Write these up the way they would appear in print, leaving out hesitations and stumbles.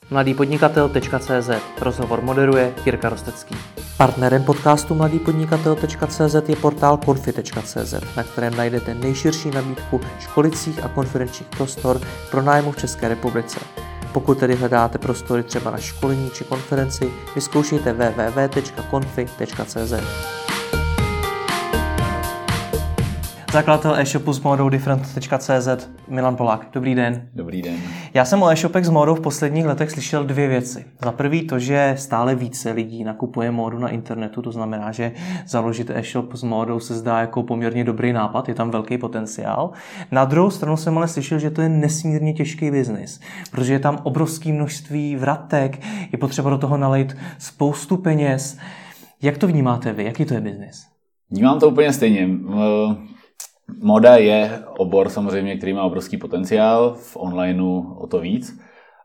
mladýpodnikatel.cz. Rozhovor moderuje Jirka Rostecký. Partnerem podcastu mladýpodnikatel.cz je portál konfi.cz, na kterém najdete nejširší nabídku školicích a konferenčních prostor pro nájmu v České republice. Pokud tedy hledáte prostory třeba na školení či konferenci, vyzkoušejte www.konfi.cz. Zakladatel e-shopu s módou different.cz Milan Polák. Dobrý den. Dobrý den. Já jsem o e-shopech s módou v posledních letech slyšel dvě věci. Za prvý to, že stále více lidí nakupuje módu na internetu, to znamená, že založit e-shop s módou se zdá jako poměrně dobrý nápad, je tam velký potenciál. Na druhou stranu jsem ale slyšel, že to je nesmírně těžký biznis, protože je tam obrovské množství vratek, je potřeba do toho nalejt spoustu peněz. Jak to vnímáte vy? Jaký to je biznis? Vnímám to úplně stejně. Moda je obor samozřejmě, který má obrovský potenciál, v onlineu o to víc,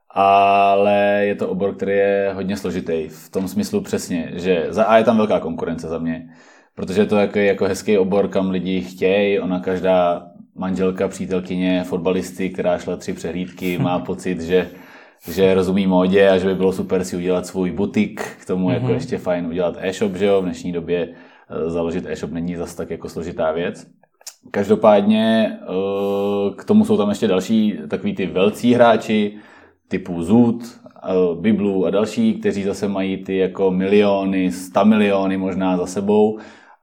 ale je to obor, který je hodně složitý. V tom smyslu přesně, že za A je tam velká konkurence za mě, protože to je jako hezký obor, kam lidi chtějí, ona každá manželka, přítelkyně, fotbalisty, která šla 3 přehlídky, má pocit, že rozumí módě a že by bylo super si udělat svůj butik, k tomu jako ještě fajn udělat e-shop, že jo, v dnešní době založit e-shop není zas tak jako složitá věc. Každopádně k tomu jsou tam ještě další takový ty velcí hráči typu Zoot, Biblu a další, kteří zase mají ty jako miliony, 100 miliony možná za sebou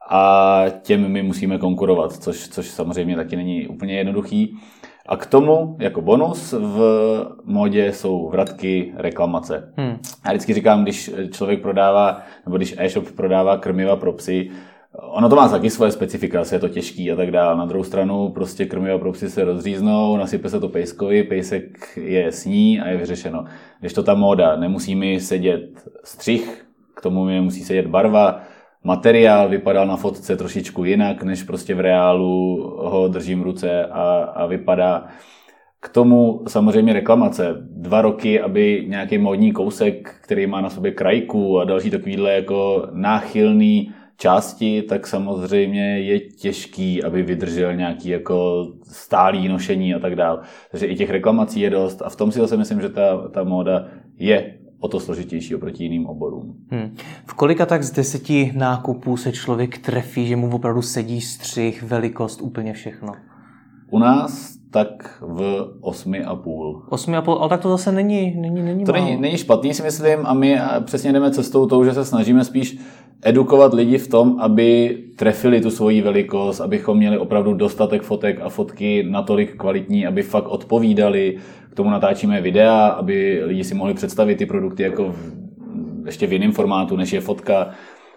a těm my musíme konkurovat, což samozřejmě taky není úplně jednoduchý. A k tomu jako bonus v módě jsou vratky, reklamace. Já vždycky říkám, když člověk prodává, nebo když e-shop prodává krmiva pro psy, ono to má taky svoje specifika, je to těžký a tak dále. Na druhou stranu prostě krmiva pro psy se rozříznou, nasype se to pejskovi, pejsek je sní a je vyřešeno. Když to ta móda, nemusí mi sedět střih, k tomu mi musí sedět barva, materiál vypadal na fotce trošičku jinak, než prostě v reálu ho držím v ruce a vypadá. K tomu samozřejmě reklamace. 2 roky, aby nějaký módní kousek, který má na sobě krajku a další takovýhle jako náchylný části, tak samozřejmě je těžký, aby vydržel nějaký jako stálý nošení a tak dále. Takže i těch reklamací je dost a v tom si zase myslím, že ta móda je o to složitější oproti jiným oborům. V kolika tak z 10 nákupů se člověk trefí, že mu opravdu sedí střih, velikost, úplně všechno? U nás tak v 8,5. 8,5, ale tak to zase není to málo. Není špatný, si myslím, a my přesně jdeme cestou tou, že se snažíme spíš edukovat lidi v tom, aby trefili tu svoji velikost, abychom měli opravdu dostatek fotek a fotky natolik kvalitní, aby fakt odpovídali. K tomu natáčíme videa, aby lidi si mohli představit ty produkty jako ještě v jiném formátu, než je fotka.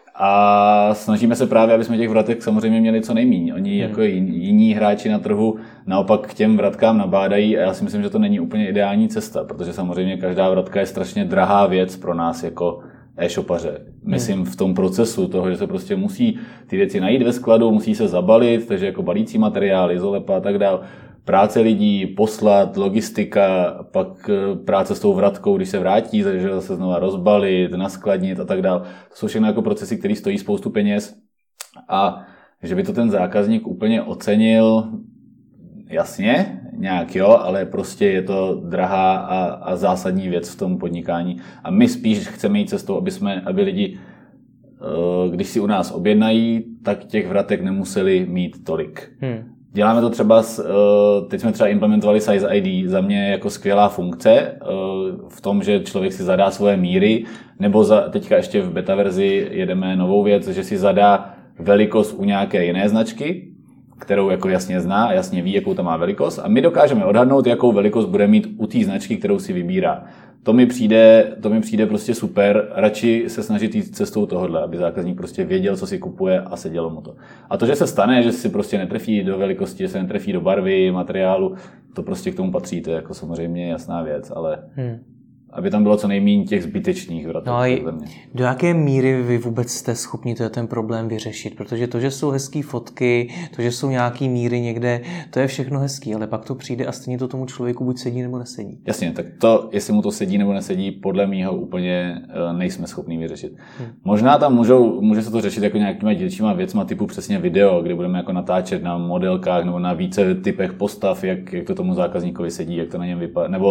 A snažíme se právě, aby jsme těch vratek samozřejmě měli co nejméně. Oni jako jiní hráči na trhu naopak k těm vratkám nabádají a já si myslím, že to není úplně ideální cesta, protože samozřejmě každá vratka je strašně drahá věc pro nás jako e-shopaře. Myslím v tom procesu toho, že se prostě musí ty věci najít ve skladu, musí se zabalit, takže jako balící materiál, izolepa a tak dále. Práce lidí, poslat, logistika, pak práce s tou vratkou, když se vrátí, takže zase znova rozbalit, naskladnit a tak dále. To jsou všechno jako procesy, které stojí spoustu peněz a že by to ten zákazník úplně ocenil, jasně, nějak jo, ale prostě je to drahá a zásadní věc v tom podnikání. A my spíš chceme jít cestou, aby lidi, když si u nás objednají, tak těch vratek nemuseli mít tolik. Děláme to třeba, teď jsme třeba implementovali Size ID, za mě jako skvělá funkce v tom, že člověk si zadá svoje míry, nebo teďka ještě v beta verzi jedeme novou věc, že si zadá velikost u nějaké jiné značky, kterou jako jasně zná a jasně ví, jakou tam má velikost a my dokážeme odhadnout, jakou velikost bude mít u té značky, kterou si vybírá. To mi přijde prostě super, radši se snažit jít cestou tohodle, aby zákazník prostě věděl, co si kupuje a sedělo mu to. A to, že se stane, že si prostě netrefí do velikosti, že se netrefí do barvy, materiálu, to prostě k tomu patří, to je jako samozřejmě jasná věc, ale aby tam bylo co nejméně těch zbytečných vratek. No a do jaké míry vy vůbec jste schopni ten problém vyřešit? Protože to, že jsou hezký fotky, to, že jsou nějaký míry někde, to je všechno hezký, ale pak to přijde a stejně to tomu člověku buď sedí nebo nesedí. Jasně, tak to, jestli mu to sedí nebo nesedí, podle mýho úplně nejsme schopní vyřešit. Možná tam může se to řešit jako nějakýma dílčíma věcma typu přesně video, kde budeme jako natáčet na modelkách nebo na více typech postav, jak to tomu zákazníkovi sedí, jak to na něm vypadá, nebo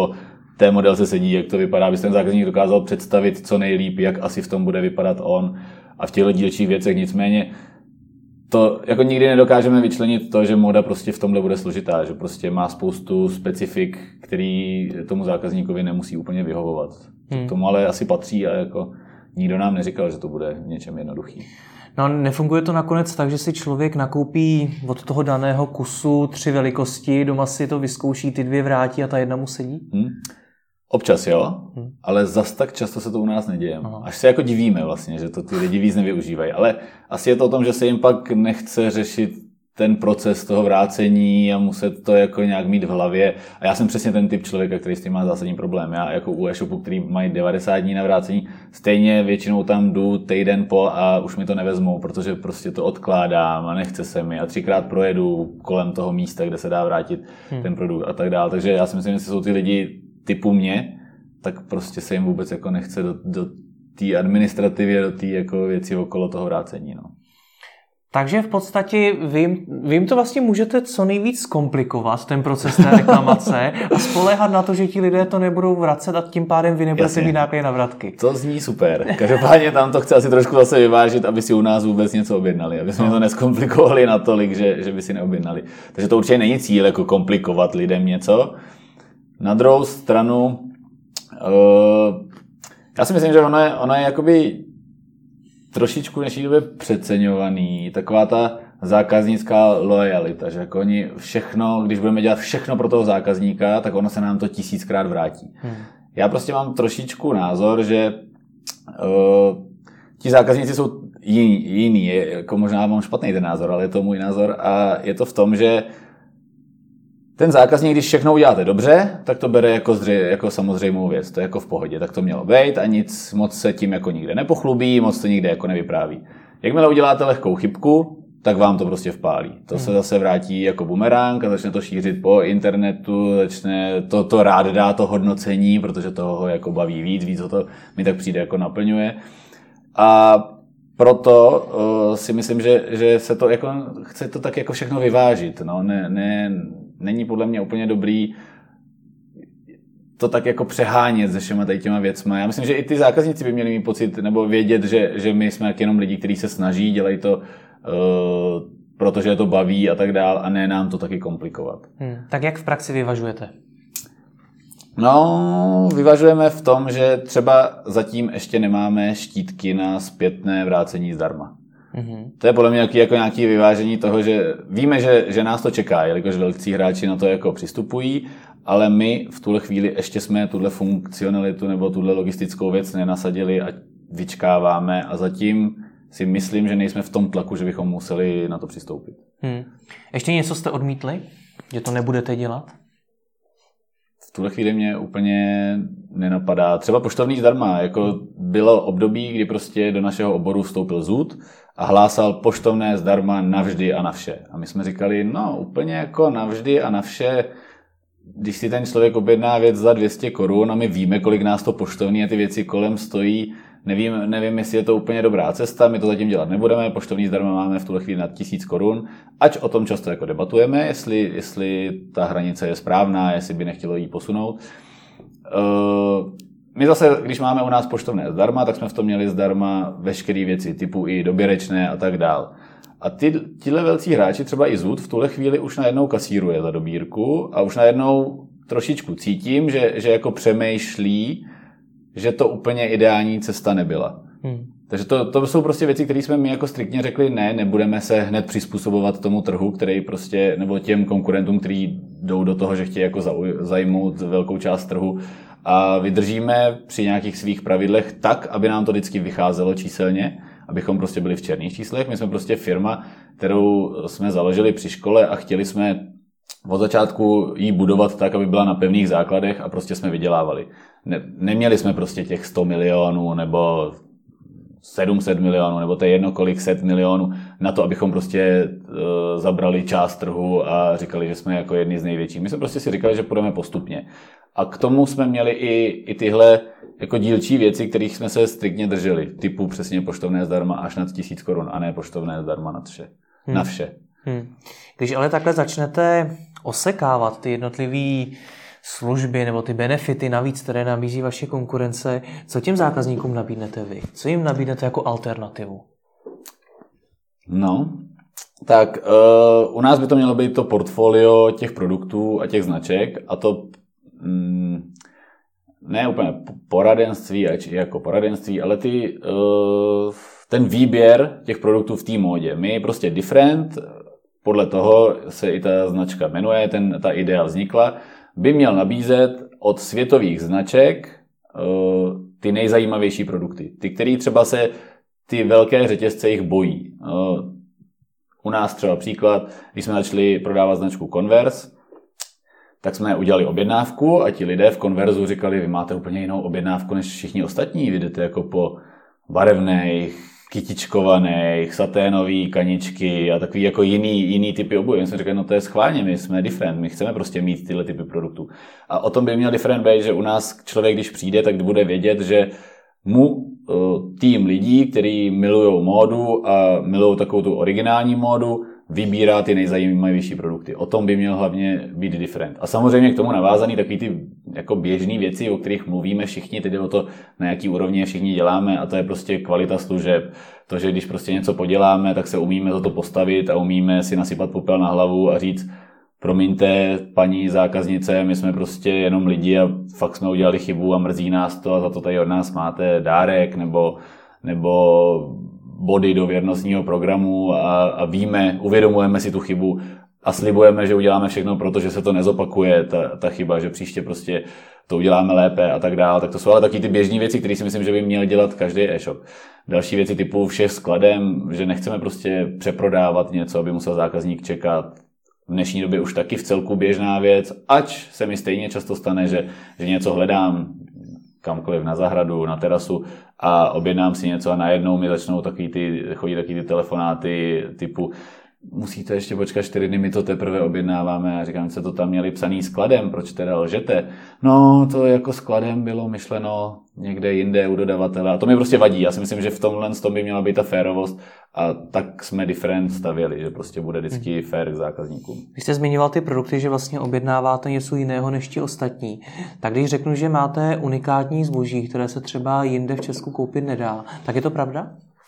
té modelce sedí, jak to vypadá, aby ten zákazník dokázal představit co nejlíp, jak asi v tom bude vypadat on a v těchto dílčích věcech. Nicméně to jako nikdy nedokážeme vyčlenit to, že móda prostě v tomhle bude složitá, že prostě má spoustu specifik, který tomu zákazníkovi nemusí úplně vyhovovat. Tomu ale asi patří a jako nikdo nám neříkal, že to bude v něčem jednoduchý. No, nefunguje to nakonec tak, že si člověk nakoupí od toho daného kusu 3 velikosti, doma si to vyzkouší, ty 2 vrátí a ta jedna mu sedí? Občas jo, ale zas tak často se to u nás neděje. Až se jako divíme vlastně, že to ty lidi víc nevyužívají. Ale asi je to o tom, že se jim pak nechce řešit ten proces toho vrácení a muset to jako nějak mít v hlavě. A já jsem přesně ten typ člověka, který s tím má zásadní problém. Já jako u e-shopu, který mají 90 dní na vrácení, stejně většinou tam jdu týden po a už mi to nevezmou, protože prostě to odkládám a nechce se mi a 3krát projedu kolem toho místa, kde se dá vrátit ten produkt a tak dále. Takže já si myslím, že jsou ty lidi typu mě, tak prostě se jim vůbec jako nechce do té administrativy, do té jako věci okolo toho vrácení. No. Takže v podstatě vy jim to vlastně můžete co nejvíc zkomplikovat, ten proces té reklamace a spoléhat na to, že ti lidé to nebudou vracet a tím pádem vy nebudete mít náklady na vratky. To zní super. Každopádně tam to chce asi trošku zase vyvážit, aby si u nás vůbec něco objednali, aby jsme to neskomplikovali natolik, že by si neobjednali. Takže to určitě není cíl jako komplikovat lidem něco. Na druhou stranu, já si myslím, že ono je jakoby trošičku v dnešní době přeceňovaný, taková ta zákaznická loajalita, že jako oni všechno, když budeme dělat všechno pro toho zákazníka, tak ono se nám to 1000krát vrátí. Já prostě mám trošičku názor, že ti zákazníci jsou jiný, jako možná mám špatný ten názor, ale je to můj názor a je to v tom, že ten zákazník, když všechno uděláte dobře, tak to bere jako samozřejmou věc. To je jako v pohodě, tak to mělo být a nic moc se tím jako nikde nepochlubí, moc to nikde jako nevypráví. Jakmile uděláte lehkou chybku, tak vám to prostě vpálí. To se zase vrátí jako bumerang a začne to šířit po internetu, začne to rád dá to hodnocení, protože toho ho jako baví víc ho to mi tak přijde jako naplňuje. A proto si myslím, že se to jako chce to tak jako všechno vyvážit. No. Není podle mě úplně dobrý to tak jako přehánět se všema těma věcma. Já myslím, že i ty zákazníci by měli mít pocit nebo vědět, že my jsme jenom lidi, kteří se snaží, dělají to, protože je to baví a tak dál a ne nám to taky komplikovat. Tak jak v praxi vyvažujete? No, vyvažujeme v tom, že třeba zatím ještě nemáme štítky na zpětné vrácení zdarma. To je podle mě jako nějaké vyvážení toho, že víme, že nás to čeká, jelikož velcí hráči na to jako přistupují, ale my v tuhle chvíli ještě jsme tuhle funkcionalitu nebo tuhle logistickou věc nenasadili a vyčkáváme a zatím si myslím, že nejsme v tom tlaku, že bychom museli na to přistoupit. Ještě něco jste odmítli? Že to nebudete dělat? V tuhle chvíli mě úplně nenapadá. Třeba poštovní zdarma. Jako bylo období, kdy prostě do našeho oboru vstoupil Zoot a hlásal poštovné zdarma navždy a na vše. A my jsme říkali, no úplně jako navždy a na vše, když si ten člověk objedná věc za 200 korun a my víme, kolik nás to poštovní a ty věci kolem stojí, nevím, jestli je to úplně dobrá cesta, my to zatím dělat nebudeme, poštovní zdarma máme v tuhle chvíli nad 1000 korun, ač o tom často jako debatujeme, jestli ta hranice je správná, jestli by nechtělo jí posunout. My zase, když máme u nás poštovné zdarma, tak jsme v tom měli zdarma veškeré věci, typu i doběrečné a tak dál. A tihle velcí hráči, třeba i Zoot, v tuhle chvíli už najednou kasíruje za dobírku a už najednou trošičku cítím, že jako přemýšlí, že to úplně ideální cesta nebyla. Takže to jsou prostě věci, které jsme my jako striktně řekli, nebudeme se hned přizpůsobovat tomu trhu, který prostě, nebo těm konkurentům, kteří jdou do toho, že chtějí jako zajmout velkou část trhu a vydržíme při nějakých svých pravidlech tak, aby nám to vždycky vycházelo číselně, abychom prostě byli v černých číslech. My jsme prostě firma, kterou jsme založili při škole a chtěli jsme od začátku jí budovat tak, aby byla na pevných základech a prostě jsme vydělávali. Neměli jsme prostě těch 100 milionů nebo 700 milionů, nebo to je jedno kolik set milionů na to, abychom prostě zabrali část trhu a říkali, že jsme jako jedni z největších. My jsme prostě si říkali, že půjdeme postupně. A k tomu jsme měli i tyhle jako dílčí věci, kterých jsme se striktně drželi. Typu přesně poštovné zdarma až nad 1000 korun a ne poštovné zdarma na vše. Když ale takhle začnete osekávat ty jednotlivý služby nebo ty benefity navíc, které nabízí vaše konkurence, co těm zákazníkům nabídnete vy? Co jim nabídnete jako alternativu? No, tak u nás by to mělo být to portfolio těch produktů a těch značek a to ne úplně poradenství, jako poradenství, ale ten výběr těch produktů v té módě. My prostě different, podle toho se i ta značka jmenuje, ta idea vznikla, by měl nabízet od světových značek ty nejzajímavější produkty. Ty, které třeba se ty velké řetězce jich bojí. U nás třeba příklad, když jsme začali prodávat značku Converse, tak jsme udělali objednávku a ti lidé v Conversu říkali, vy máte úplně jinou objednávku než všichni ostatní. Vy jdete jako po barevných, kytičkovaných, saténový kaničky a takový jako jiný typy obuvi. My jsme říkali, no to je schválně, my jsme different, my chceme prostě mít tyhle typy produktů. A o tom by měl different být, že u nás člověk, když přijde, tak bude vědět, že mu tým lidí, kteří milují módu a milují takovou tu originální módu, vybírá ty nejzajímavější produkty. O tom by měl hlavně být different. A samozřejmě k tomu navázaný takový ty jako běžné věci, o kterých mluvíme všichni, tedy o to, na jaký úrovni všichni děláme, a to je prostě kvalita služeb. To, že když prostě něco poděláme, tak se umíme za to postavit a umíme si nasypat popel na hlavu a říct, promiňte, paní zákaznice, my jsme prostě jenom lidi a fakt jsme udělali chybu a mrzí nás to a za to tady od nás máte dárek nebo body do věrnostního programu a víme, uvědomujeme si tu chybu a slibujeme, že uděláme všechno, protože se to nezopakuje, ta chyba, že příště prostě to uděláme lépe a tak dále. Tak to jsou ale taky ty běžné věci, které si myslím, že by měl dělat každý e-shop. Další věci typu vše skladem, že nechceme prostě přeprodávat něco, aby musel zákazník čekat. V dnešní době už taky v celku běžná věc, ač se mi stejně často stane, že něco hledám kamkoliv na zahradu, na terasu a objednám si něco a najednou mi začnou chodí taky ty telefonáty typu musíte ještě počkat 4 dny, my to teprve objednáváme a říkám, co to tam měli psaný skladem, proč teda lžete? No, to jako skladem bylo myšleno někde jinde u dodavatele a to mi prostě vadí. Já si myslím, že v tomhle by měla být ta férovost a tak jsme different stavěli, že prostě bude vždycky fér k zákazníkům. Vy jste zmiňoval ty produkty, že vlastně objednáváte něco jiného než ti ostatní. Tak když řeknu, že máte unikátní zboží, které se třeba jinde v Česku koupit nedá, tak je to pravda?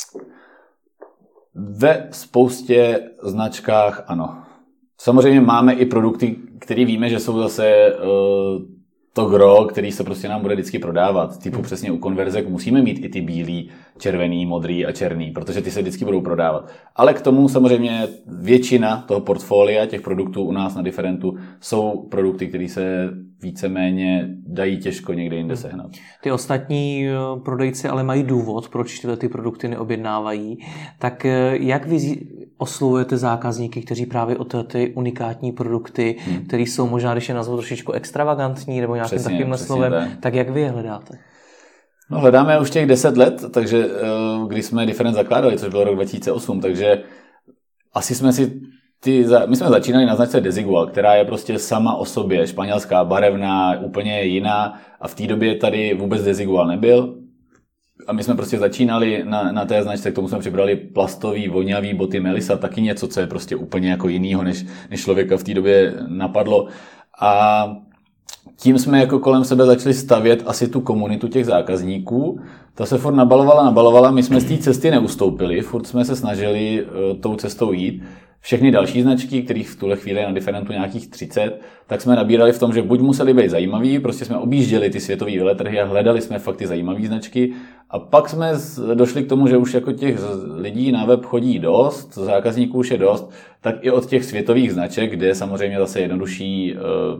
Ve spoustě značkách ano. Samozřejmě máme i produkty, které víme, že jsou zase to gro, který se prostě nám bude vždycky prodávat. Typu přesně u konverzek musíme mít i ty bílý, červený, modrý a černý, protože ty se vždycky budou prodávat. Ale k tomu samozřejmě většina toho portfolia těch produktů u nás na Differentu jsou produkty, které se víceméně dají těžko někde jinde sehnat. Ty ostatní prodejci ale mají důvod, proč tyhle ty produkty neobjednávají. Tak jak vy oslovujete zákazníky, kteří právě o ty unikátní produkty, které jsou možná, když je nazvou trošičku extravagantní nebo nějakým takovým slovem, tak jak vy je hledáte? No, hledáme už těch 10 let, takže když jsme Different zakládali, což bylo rok 2008, takže asi jsme si my jsme začínali na značce Desigual, která je prostě sama o sobě španělská, barevná, úplně jiná a v té době tady vůbec Desigual nebyl. A my jsme prostě začínali na té značce, k tomu jsme přibrali plastový, vonavý boty Melissa, taky něco, co je prostě úplně jako jinýho, než člověka v té době napadlo. A tím jsme jako kolem sebe začali stavět asi tu komunitu těch zákazníků. Ta se furt nabalovala, my jsme z té cesty neustoupili, furt jsme se snažili tou cestou jít. Všechny další značky, kterých v tuhle chvíli je na Differentu nějakých 30, tak jsme nabírali v tom, že buď museli být zajímaví, prostě jsme objížděli ty světové veletrhy a hledali jsme fakt ty zajímavé značky. A pak jsme došli k tomu, že už jako těch lidí na web chodí dost, zákazníků už je dost, tak i od těch světových značek, kde je samozřejmě zase jednodušší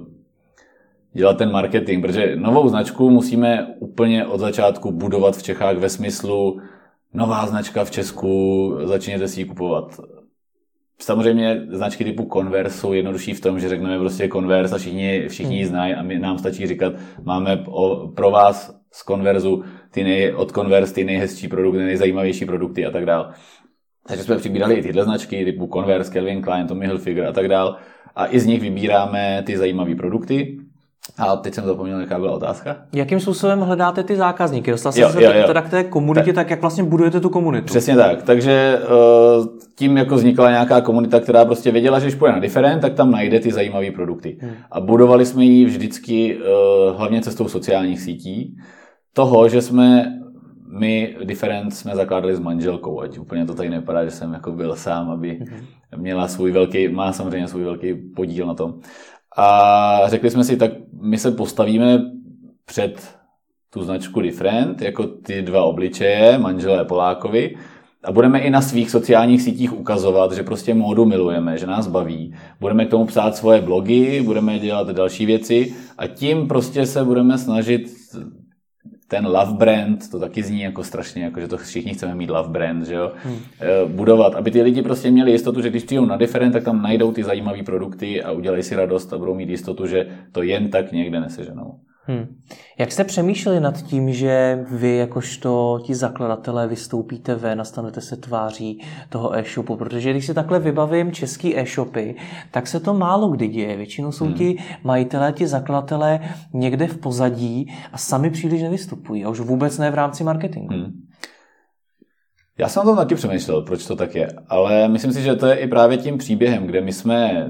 dělat ten marketing, protože novou značku musíme úplně od začátku budovat v Čechách ve smyslu nová značka v Česku, začněte si ji kupovat. Samozřejmě značky typu Converse jsou jednodušší v tom, že řekneme prostě Converse a všichni ji znají a nám stačí říkat, máme pro vás z Conversu od Converse ty nejhezčí produkty, nejzajímavější produkty a tak dále. Takže jsme přibírali i tyhle značky typu Converse, Calvin Klein, Tommy Hilfiger a tak dále a i z nich vybíráme ty zajímavé produkty. A teď jsem zapomněl, jaká byla otázka. Jakým způsobem hledáte ty zákazníky? Dostal jsi se teda k té komunitě, tak jak vlastně budujete tu komunitu? Přesně tak. Takže tím jako vznikla nějaká komunita, která prostě věděla, že když půjde na Different, tak tam najde ty zajímavé produkty. A budovali jsme ji vždycky hlavně cestou sociálních sítí. Toho, že my Different jsme zakládali s manželkou, ať úplně to tady nepadá, že jsem jako byl sám, aby má samozřejmě svůj velký podíl na tom. A řekli jsme si, tak my se postavíme před tu značku Different, jako ty dva obličeje, manželé Polákovi, a budeme i na svých sociálních sítích ukazovat, že prostě módu milujeme, že nás baví. Budeme k tomu psát svoje blogy, budeme dělat další věci a tím prostě se budeme snažit ten love brand, to taky zní jako strašně, jako že to všichni chceme mít love brand, že jo, budovat, aby ty lidi prostě měli jistotu, že když přijdou na Different, tak tam najdou ty zajímavé produkty a udělají si radost a budou mít jistotu, že to jen tak někde neseženou. Jak jste přemýšleli nad tím, že vy jakožto ti zakladatelé vystoupíte ven a stanete se tváří toho e-shopu? Protože když si takhle vybavím český e-shopy, tak se to málo kdy děje. Většinou jsou ti majitelé, ti zakladatelé někde v pozadí a sami příliš nevystupují. A už vůbec ne v rámci marketingu. Já jsem o tom taky přemýšlel, proč to tak je. Ale myslím si, že to je i právě tím příběhem, kde my jsme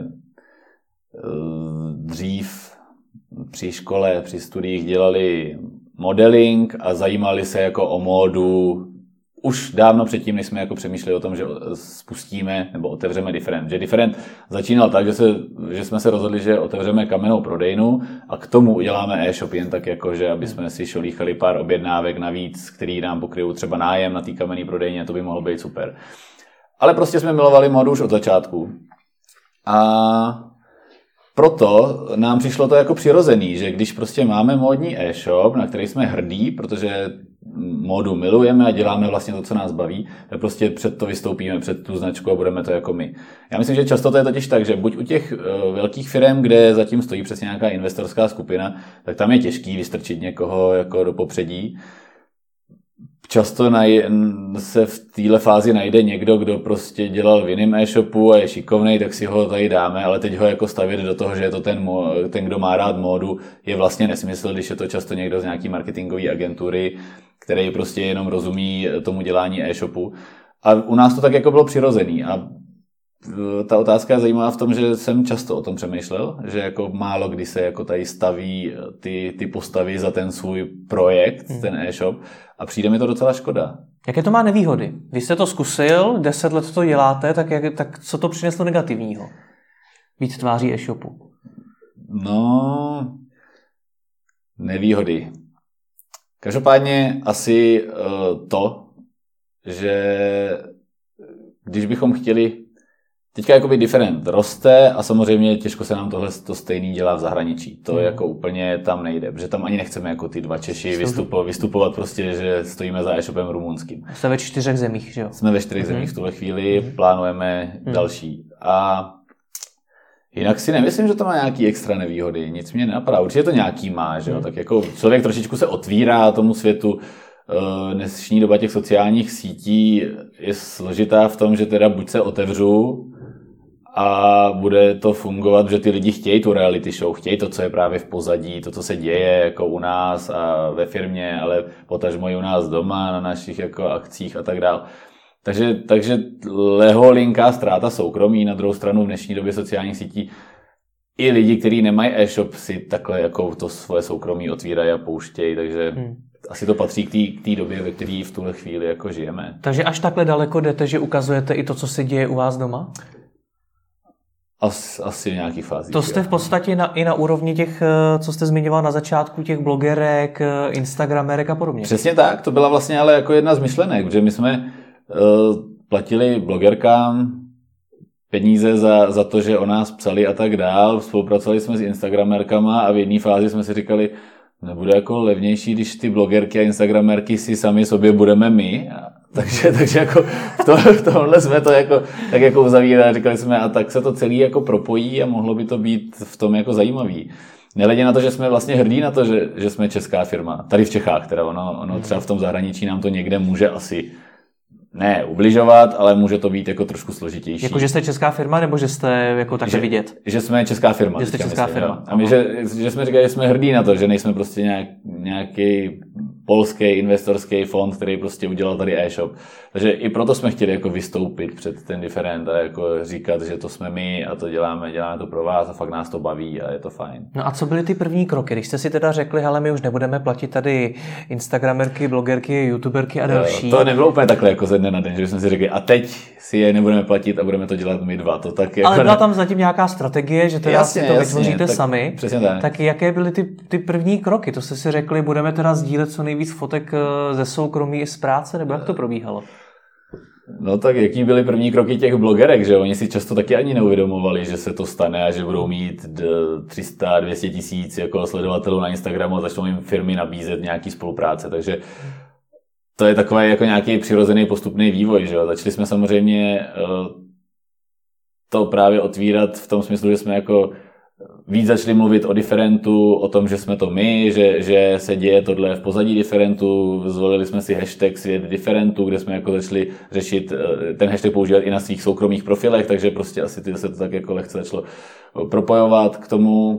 dřív při škole, při studiích dělali modeling a zajímali se jako o módu už dávno předtím, než jsme jako přemýšleli o tom, že spustíme nebo otevřeme Different. Že Different začínal tak, že jsme se rozhodli, že otevřeme kamennou prodejnu a k tomu uděláme e-shop jen tak jako, že aby jsme si šolíchali pár objednávek navíc, který nám pokryjou třeba nájem na té kamenné prodejně, to by mohlo být super. Ale prostě jsme milovali módu už od začátku. A proto nám přišlo to jako přirozený, že když prostě máme módní e-shop, na který jsme hrdí, protože módu milujeme a děláme vlastně to, co nás baví, tak prostě před to vystoupíme, před tu značku a budeme to jako my. Já myslím, že často to je totiž tak, že buď u těch velkých firm, kde zatím stojí přesně nějaká investorská skupina, tak tam je těžký vystrčit někoho jako do popředí. Často se v téhle fázi najde někdo, kdo prostě dělal v jiném e-shopu a je šikovnej, tak si ho tady dáme, ale teď ho jako stavět do toho, že je to ten, kdo má rád módu, je vlastně nesmysl, když je to často někdo z nějaký marketingové agentury, který prostě jenom rozumí tomu dělání e-shopu. A u nás to tak jako bylo přirozený. A ta otázka je zajímavá v tom, že jsem často o tom přemýšlel, že jako málo kdy se jako tady staví ty postavy za ten svůj projekt, ten e-shop, a přijde mi to docela škoda. Jaké to má nevýhody? Vy jste to zkusil, 10 let to děláte, tak co to přineslo negativního? Být tváří e-shopu. No, nevýhody. Každopádně asi to, že když bychom chtěli, teďka jakoby Different roste a samozřejmě těžko se nám tohle to stejný dělá v zahraničí. To jako úplně tam nejde, protože tam ani nechceme jako ty dva Češi vystupovat prostě, že stojíme za e-shopem rumunským. Jste ve 4 zemích, že jo? Jsme ve 4 zemích v tuhle chvíli, plánujeme další. A jinak si nemyslím, že to má nějaký extra nevýhody, nic mě nenapadá. Určitě to nějaký má, že jo? Tak jako člověk trošičku se otvírá tomu světu. Dnešní doba těch sociálních sítí je složitá v tom, že teda buď se otevřu a bude to fungovat, že ty lidi chtějí tu reality show, chtějí to, co je právě v pozadí, to, co se děje jako u nás a ve firmě, ale potažmo i u nás doma, na našich jako akcích a tak dále. Takže leholinká ztráta soukromí, na druhou stranu v dnešní době sociálních sítí i lidi, kteří nemají e-shop, si takhle jako to svoje soukromí otvírají a pouštějí, takže asi to patří k té době, ve které v tuhle chvíli jako žijeme. Takže až takhle daleko jdete, že ukazujete i to, co se děje u vás doma? Asi v nějaký fázi. To jste v podstatě i na úrovni těch, co jste zmiňoval na začátku, těch blogerek, instagramerek a podobně. Přesně tak, to byla vlastně ale jako jedna z myšlenek, protože my jsme platili blogerkám peníze za to, že o nás psali a tak dál, spolupracovali jsme s instagramerkama a v jedné fázi jsme si říkali, nebude jako levnější, když ty blogerky a instagramerky si sami sobě budeme my. Takže jako v tomhle jsme to jako, tak jako uzavírali, říkali jsme, a tak se to celý jako propojí a mohlo by to být v tom jako zajímavý. Nehledě na to, že jsme vlastně hrdí na to, že jsme česká firma. Tady v Čechách, teda ono třeba v tom zahraničí nám to někde může asi ne ubližovat, ale může to být jako trošku složitější. Jako, že jste česká firma, nebo že jste jako takhle vidět? Že jsme česká firma. Že jste česká firma. A my, že jsme říkali, že jsme hrdí na to, že nejsme prostě nějaký polský investorský fond, který prostě udělal tady e-shop. Takže i proto jsme chtěli jako vystoupit před ten different a jako říkat, že to jsme my a to děláme to pro vás a fakt nás to baví a je to fajn. No a co byly ty první kroky, když jste si teda řekli, hele, my už nebudeme platit tady instagramerky, blogerky, youtuberky a další? To nebylo úplně takhle jako ze dne na den, že jsme si řekli, a teď si je nebudeme platit a budeme to dělat my dva. To tak jako ale byla tam zatím nějaká strategie, že teda si to vytvoříte sami. Přesně tak. Tak jaké byly ty první kroky? To jste si řekli, budeme teda sdílet co nejvíc fotek ze soukromí i z práce, nebo jak to probíhalo? No tak jaký byly první kroky těch blogerek, že oni si často taky ani neuvědomovali, že se to stane a že budou mít 300-200 tisíc jako sledovatelů na Instagramu a začnou jim firmy nabízet nějaký spolupráce, takže to je takový jako nějaký přirozený postupný vývoj, že jo. Začali jsme samozřejmě to právě otvírat v tom smyslu, že jsme jako víc začali mluvit o differentu, o tom, že jsme to my, že se děje tohle v pozadí differentu. Zvolili jsme si hashtag svět differentu, kde jsme jako začali řešit ten hashtag používat i na svých soukromých profilech, takže prostě asi se to tak jako lehce začalo propojovat. K tomu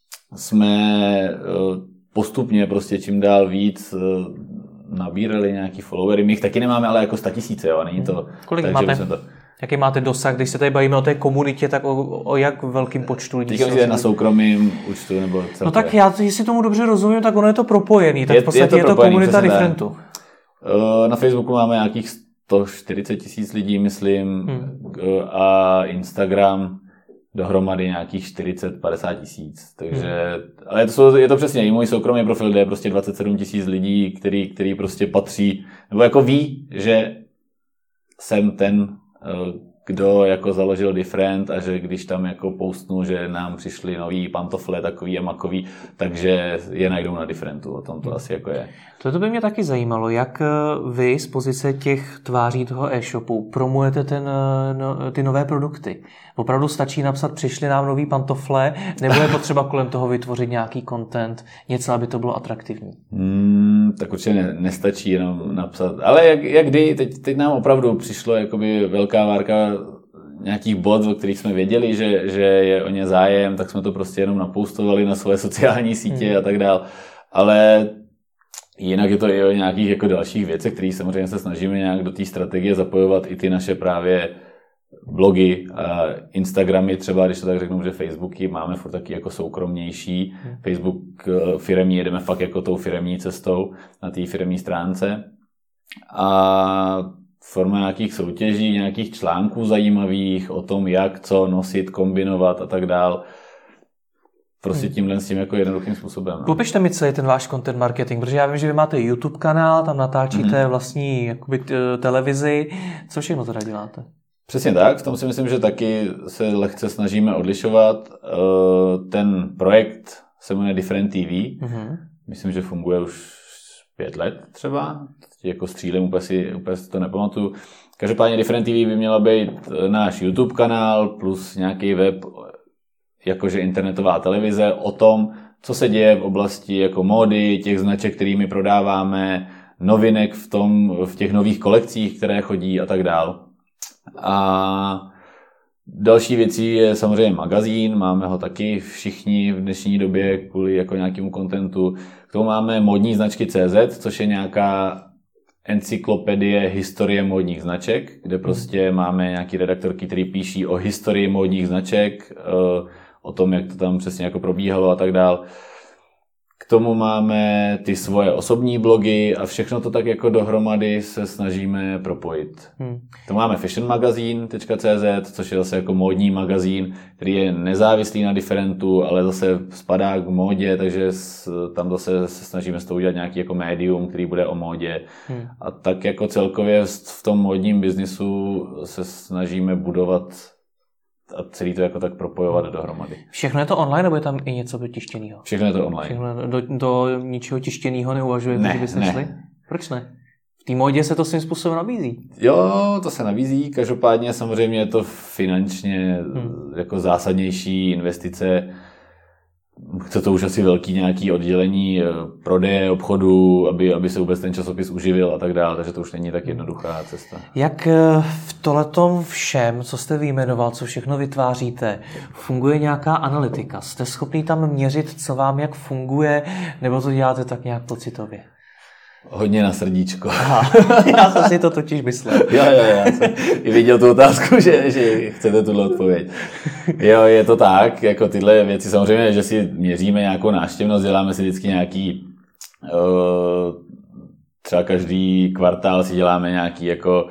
jsme postupně prostě čím dál víc nabírali nějaký followery. My jich taky nemáme, ale jako 100 000, jo, není to. Kolik máte? Jaký máte dosah, když se tady bavíme o té komunitě, tak o jak velkým počtu lidí? Teď je na soukromém účtu nebo celkově. No tak já, jestli tomu dobře rozumím, tak ono je to propojený, tak v podstatě je to komunita differentu. Na Facebooku máme nějakých 140 000 lidí, myslím, a Instagram dohromady nějakých 40-50 tisíc. Takže, ale je to přesně i můj soukromý profil, kde je prostě 27 000 lidí, který prostě patří, nebo jako ví, že jsem ten, kdo jako založil Different a že když tam jako postnu, že nám přišly nový pantofle takový a makový, takže je najdou na Differentu, o tom to asi jako je. To by mě taky zajímalo, jak vy z pozice těch tváří toho e-shopu promujete ty nové produkty. Opravdu stačí napsat, přišly nám nový pantofle, nebo je potřeba kolem toho vytvořit nějaký content, něco, aby to bylo atraktivní? Tak určitě nestačí jenom napsat. Ale jak kdy, teď nám opravdu přišlo jakoby velká várka nějakých bod, o kterých jsme věděli, že je o ně zájem, tak jsme to prostě jenom napostovali na své sociální sítě a tak dál. Ale jinak je to i o nějakých jako dalších věcech, které samozřejmě se snažíme nějak do té strategie zapojovat i ty naše právě blogy, Instagramy třeba, když to tak řeknu, že Facebooky máme furt taky jako soukromnější. Facebook firemní, jedeme fakt jako tou firemní cestou na té firemní stránce. A forma nějakých soutěží, nějakých článků zajímavých o tom, jak co nosit, kombinovat a tak dál. Prostě tímhle s tím jako jednoduchým způsobem. No. Popište mi, co je ten váš content marketing, protože já vím, že vy máte YouTube kanál, tam natáčíte vlastní jakoby, televizi. Co všechno teda děláte? Přesně tak, v tom si myslím, že taky se lehce snažíme odlišovat. Ten projekt se jmenuje Different TV. Myslím, že funguje už 5 let třeba. Jako střílem, úplně si to nepamatuju. Každopádně Different TV by měla být náš YouTube kanál plus nějaký web, jakože internetová televize o tom, co se děje v oblasti jako módy, těch značek, kterými prodáváme, novinek v těch nových kolekcích, které chodí a tak dál. A další věcí je samozřejmě magazín, máme ho taky všichni v dnešní době kvůli jako nějakému kontentu. K tomu máme módní značky CZ, což je nějaká encyklopedie historie módních značek, kde prostě máme nějaký redaktorky, který píší o historii módních značek, o tom, jak to tam přesně jako probíhalo a tak dál. K tomu máme ty svoje osobní blogy a všechno to tak jako dohromady se snažíme propojit. To máme fashionmagazine.cz, což je zase jako módní magazín, který je nezávislý na Differentu, ale zase spadá k módě, takže tam zase se snažíme s tou udělat nějaký jako médium, který bude o módě. A tak jako celkově v tom módním biznisu se snažíme budovat a celý to jako tak propojovat dohromady. Všechno je to online, nebo je tam i něco tištěného? Všechno je to online. Všechno do ničeho tištěného neuvažujete, že by se šli? Proč ne? V té módě se to svým způsobem nabízí. Jo, to se nabízí. Každopádně samozřejmě je to finančně jako zásadnější investice. chce to už asi velký nějaký oddělení prodeje, obchodu, aby se vůbec ten časopis uživil a tak dále, takže to už není tak jednoduchá cesta. Jak v tohletom všem, co jste vyjmenoval, co všechno vytváříte, funguje nějaká analytika? Jste schopný tam měřit, co vám jak funguje, nebo to děláte tak nějak pocitově? Hodně na srdíčko. Aha, já jsem si to totiž myslel. Jo, já jsem i viděl tu otázku, že chcete tuhle odpověď. Jo, je to tak, jako tyhle věci, samozřejmě, že si měříme nějakou návštěvnost, děláme si vždycky nějaký, třeba každý kvartál si děláme nějaký jako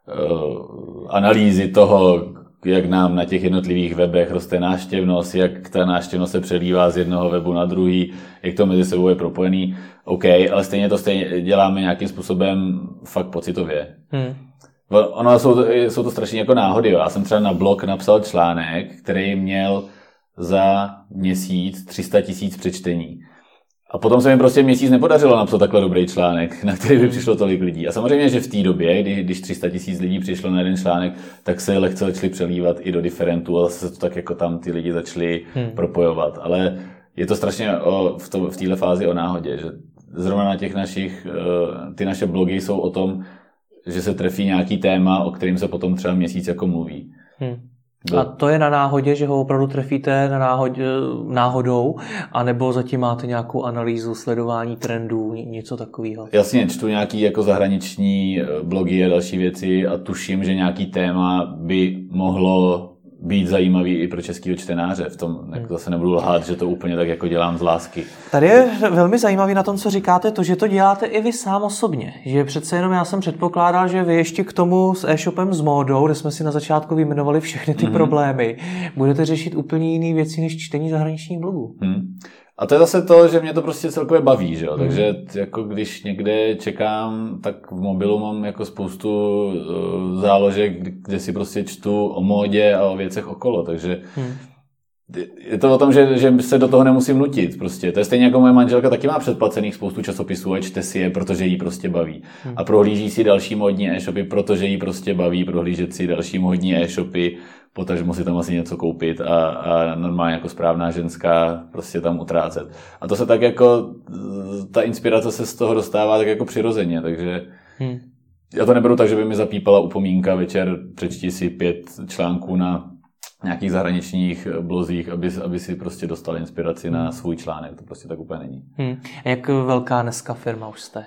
analýzy toho, jak nám na těch jednotlivých webech roste návštěvnost, jak ta návštěvnost se přelívá z jednoho webu na druhý, jak to mezi sebou je propojený. OK, ale stejně děláme nějakým způsobem fakt pocitově. Ono jsou to strašně jako náhody. Jo. Já jsem třeba na blog napsal článek, který měl za měsíc 300 000 přečtení. A potom se mi prostě měsíc nepodařilo napsat takhle dobrý článek, na který by přišlo tolik lidí. A samozřejmě, že v té době, když 300 000 lidí přišlo na jeden článek, tak se lehce začali přelívat i do diferentů a zase to tak jako tam ty lidi začali propojovat. Ale je to strašně v téhle fázi o náhodě, že zrovna na těch našich, ty naše blogy jsou o tom, že se trefí nějaký téma, o kterým se potom třeba měsíc jako mluví. A to je na náhodě, že ho opravdu trefíte náhodou, anebo zatím máte nějakou analýzu, sledování trendů, něco takového? Jasně, čtu nějaký jako zahraniční blogy a další věci a tuším, že nějaký téma by mohlo být zajímavý i pro českého čtenáře. V tom zase nebudu lhát, že to úplně tak jako dělám z lásky. Tady je velmi zajímavý na tom, co říkáte, to, že to děláte i vy sám osobně. Že přece jenom já jsem předpokládal, že vy ještě k tomu s e-shopem s módou, kde jsme si na začátku vyjmenovali všechny ty problémy, budete řešit úplně jiné věci než čtení zahraničních blogů. A to je zase to, že mě to prostě celkově baví, že jo? Takže jako když někde čekám, tak v mobilu mám jako spoustu záložek, kde si prostě čtu o módě a o věcech okolo, takže je to o tom, že se do toho nemusím nutit prostě. To je stejně jako moje manželka taky má předplacených spoustu časopisů a čte si je, protože jí prostě baví. A prohlíží si další módní e-shopy, protože jí prostě baví prohlížet si další módní e-shopy, potažmo si tam asi něco koupit a normálně jako správná ženská prostě tam utrácet. A to se tak jako, ta inspirace se z toho dostává tak jako přirozeně, takže já to neberu tak, že by mi zapípala upomínka večer, přečti si 5 článků na nějakých zahraničních blozích, aby si prostě dostal inspiraci na svůj článek. To prostě tak úplně není. A jak velká dneska firma už jste?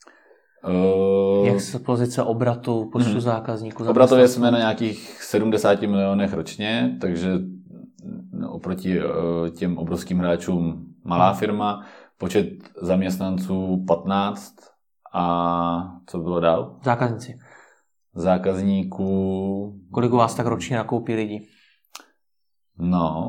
Jak se pozice obratu, počtu zákazníků? Obratově jsme na nějakých 70 milionech ročně, takže oproti těm obrovským hráčům malá firma. Počet zaměstnanců 15 a co bylo dál? Zákazníků. Kolik u vás tak ročně nakoupí lidi? No,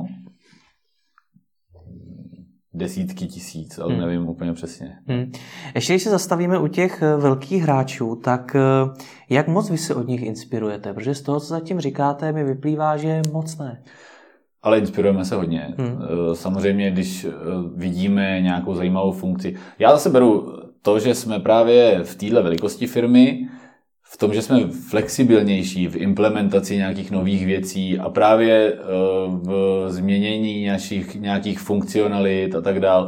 desítky tisíc, ale nevím úplně přesně. Ještě když se zastavíme u těch velkých hráčů, tak jak moc vy se od nich inspirujete? Protože z toho, co zatím říkáte, mi vyplývá, že moc ne. Ale inspirujeme se hodně. Samozřejmě, když vidíme nějakou zajímavou funkci. Já zase beru to, že jsme právě v této velikosti firmy, v tom, že jsme flexibilnější v implementaci nějakých nových věcí a právě v změnění nějakých funkcionalit a tak dál,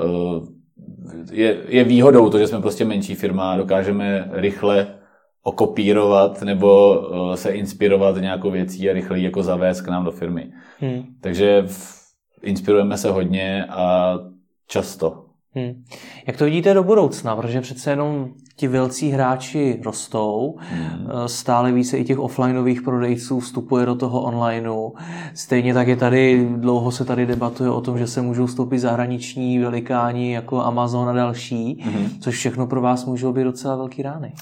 je výhodou to, že jsme prostě menší firma a dokážeme rychle okopírovat nebo se inspirovat nějakou věcí a rychleji jako zavést k nám do firmy. Takže inspirujeme se hodně a často. Jak to vidíte do budoucna? Protože přece jenom ti velcí hráči rostou, stále více i těch offlineových prodejců vstupuje do toho onlineu. Stejně tak je tady, dlouho se tady debatuje o tom, že se můžou vstoupit zahraniční velikáni jako Amazon a další, což všechno pro vás můžou být docela velký rány.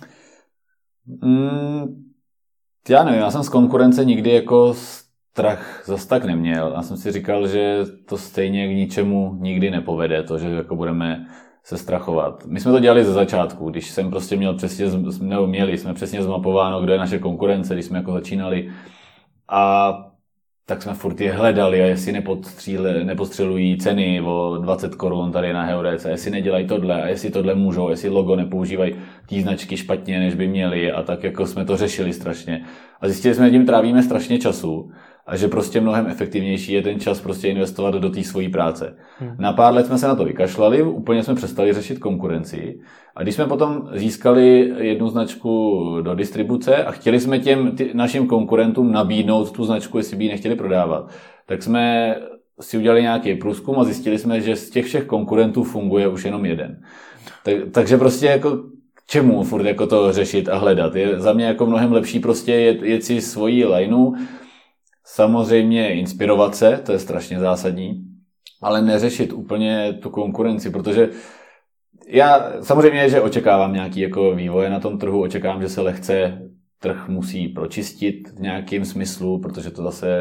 Já nevím, já jsem z konkurence nikdy jako strach zas tak neměl. Já jsem si říkal, že to stejně k ničemu nikdy nepovede, to, že jako budeme se strachovat. My jsme to dělali ze začátku, když jsem prostě jsme přesně zmapováno, kdo je naše konkurence, když jsme jako začínali. A tak jsme furt je hledali a jestli nepostřelují ceny o 20 korun tady na Heurece, a jestli nedělají tohle a jestli tohle můžou, jestli logo nepoužívají té značky špatně, než by měli, a tak jako jsme to řešili strašně. A zjistili jsme, že tím trávíme strašně času a že prostě mnohem efektivnější je ten čas prostě investovat do té svojí práce. Na pár let jsme se na to vykašlali, úplně jsme přestali řešit konkurenci a když jsme potom získali jednu značku do distribuce a chtěli jsme našim konkurentům nabídnout tu značku, jestli by ji nechtěli prodávat, tak jsme si udělali nějaký průzkum a zjistili jsme, že z těch všech konkurentů funguje už jenom jeden. Takže prostě jako čemu furt jako to řešit a hledat? Je za mě jako mnohem lepší prostě jet si svojí lineu, samozřejmě inspirovat se, to je strašně zásadní, ale neřešit úplně tu konkurenci, protože já samozřejmě, že očekávám nějaký jako vývoj na tom trhu, očekávám, že se lehce trh musí pročistit v nějakém smyslu, protože to zase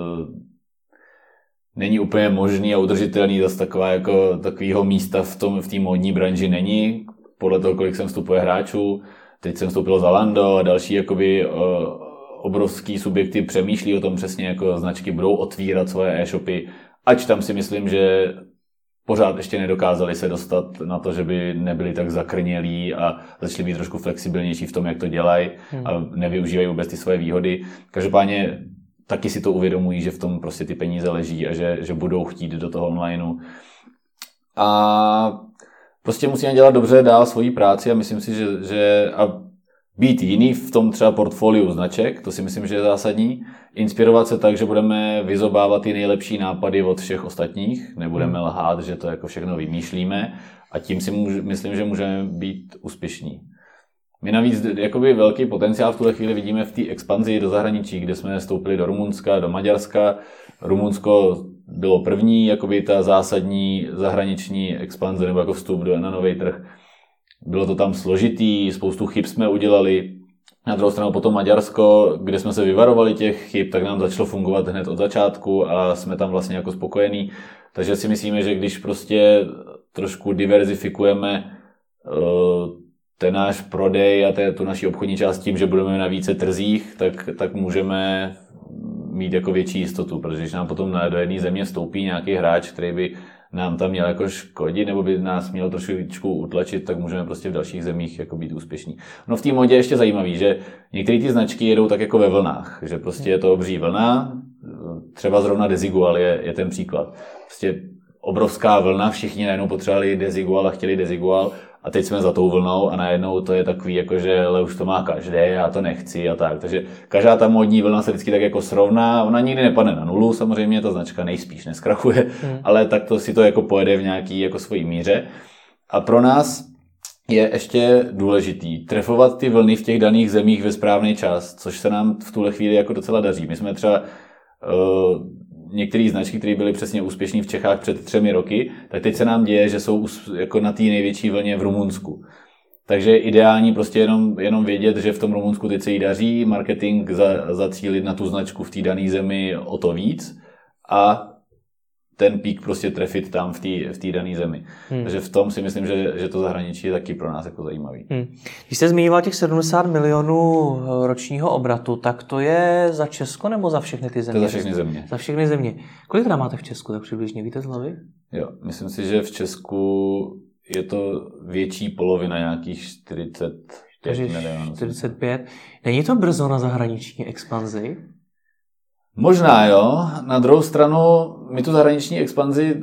není úplně možný a udržitelný, zase takovýho místa v té módní branži není, podle toho, kolik sem vstupuje hráčů. Teď jsem vstoupil Zalando a další jakoby obrovský subjekty přemýšlí o tom přesně, jako značky budou otvírat svoje e-shopy, ač tam si myslím, že pořád ještě nedokázali se dostat na to, že by nebyli tak zakrnělí a začali být trošku flexibilnější v tom, jak to dělají a nevyužívají vůbec ty svoje výhody. Každopádně taky si to uvědomují, že v tom prostě ty peníze leží a že budou chtít do toho onlineu. A prostě musíme dělat dobře dál svoji práci a myslím si, že a být jiný v tom třeba portfoliu značek, to si myslím, že je zásadní. Inspirovat se tak, že budeme vyzobávat ty nejlepší nápady od všech ostatních, nebudeme lhát, že to jako všechno vymýšlíme a tím si myslím, že můžeme být úspěšní. My navíc jakoby velký potenciál v tuhle chvíli vidíme v té expanzi do zahraničí, kde jsme vstoupili do Rumunska, do Maďarska. Rumunsko bylo první, jakoby ta zásadní zahraniční expanze nebo jako vstup na nový trh. Bylo to tam složitý, spoustu chyb jsme udělali. Na druhou stranu potom Maďarsko, kde jsme se vyvarovali těch chyb, tak nám začalo fungovat hned od začátku a jsme tam vlastně jako spokojení. Takže si myslíme, že když prostě trošku diverzifikujeme ten náš prodej a tu naši obchodní část tím, že budeme na více trzích, tak můžeme mít jako větší jistotu, protože když nám potom do jedné země vstoupí nějaký hráč, který by nám tam měl jako škodit nebo by nás měl trošičku utlačit, tak můžeme prostě v dalších zemích jako být úspěšní. No v té modě je ještě zajímavý, že některé ty značky jedou tak jako ve vlnách, že prostě je to obří vlna, třeba zrovna Desigual je ten příklad. Prostě obrovská vlna, všichni najednou potřebovali Desigual a chtěli Desigual a teď jsme za tou vlnou a najednou to je takový jako, že ale už to má každý, já to nechci a tak. Takže každá ta módní vlna se vždycky tak jako srovná, ona nikdy nepadne na nulu, samozřejmě ta značka nejspíš neskrachuje, ale tak to si to jako pojede v nějaký jako svojí míře. A pro nás je ještě důležitý trefovat ty vlny v těch daných zemích ve správný čas, což se nám v tuhle chvíli jako docela daří. My jsme třeba některé značky, které byly přesně úspěšní v Čechách před 3 roky, tak teď se nám děje, že jsou jako na té největší vlně v Rumunsku. Takže je ideální prostě jenom vědět, že v tom Rumunsku teď se jí daří, marketing zacílit na tu značku v té dané zemi o to víc a ten pík prostě trefit tam v té dané zemi. Takže v tom si myslím, že to zahraničí je taky pro nás jako zajímavý. Když jste zmiňoval těch 70 milionů ročního obratu, tak to je za Česko nebo za všechny ty země? To je za všechny země. Za všechny země. Kolik teda máte v Česku, tak přibližně, víte z hlavy? Jo, myslím si, že v Česku je to větší polovina, nějakých 45 milionů. 45. Není to brzo na zahraniční expanzi? Možná jo, na druhou stranu my tu zahraniční expanzi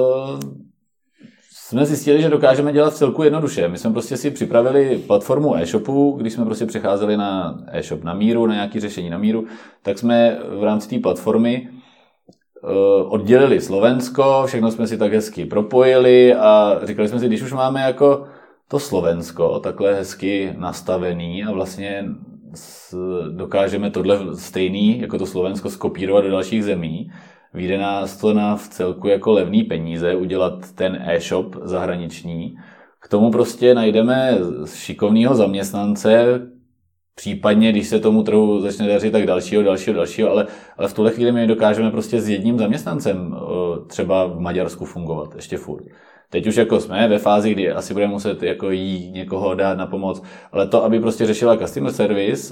jsme zjistili, že dokážeme dělat vcelku jednoduše. My jsme prostě si připravili platformu e-shopu, když jsme prostě přecházeli na e-shop na míru, na nějaké řešení na míru, tak jsme v rámci té platformy oddělili Slovensko, všechno jsme si tak hezky propojili a říkali jsme si, když už máme jako to Slovensko takhle hezky nastavený a vlastně dokážeme tohle stejný, jako to Slovensko, skopírovat do dalších zemí. Vyjde nás to na vcelku jako levný peníze udělat ten e-shop zahraniční. K tomu prostě najdeme šikovného zaměstnance, případně, když se tomu trhu začne dařit, tak dalšího, ale v tuhle chvíli my dokážeme prostě s jedním zaměstnancem třeba v Maďarsku fungovat, ještě furt. Teď už jako jsme ve fázi, kdy asi budeme muset jako jí někoho dát na pomoc, ale to, aby prostě řešila customer service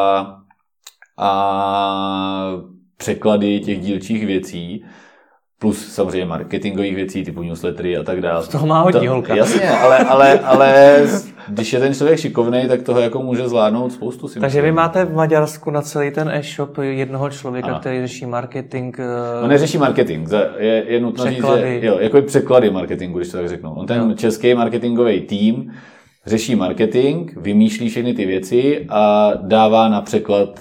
a překlady těch dílčích věcí, plus samozřejmě marketingových věcí, typu newslettery a tak dále. To má hodně holka. Jasně, ale když je ten člověk šikovnej, tak toho jako může zvládnout spoustu. Takže vy máte v Maďarsku na celý ten e-shop jednoho člověka, který řeší marketing. On neřeší marketing, je nutno říct, že jako překlady marketingu, když to tak řeknu. On ten český marketingový tým řeší marketing, vymýšlí všechny ty věci a dává na překlad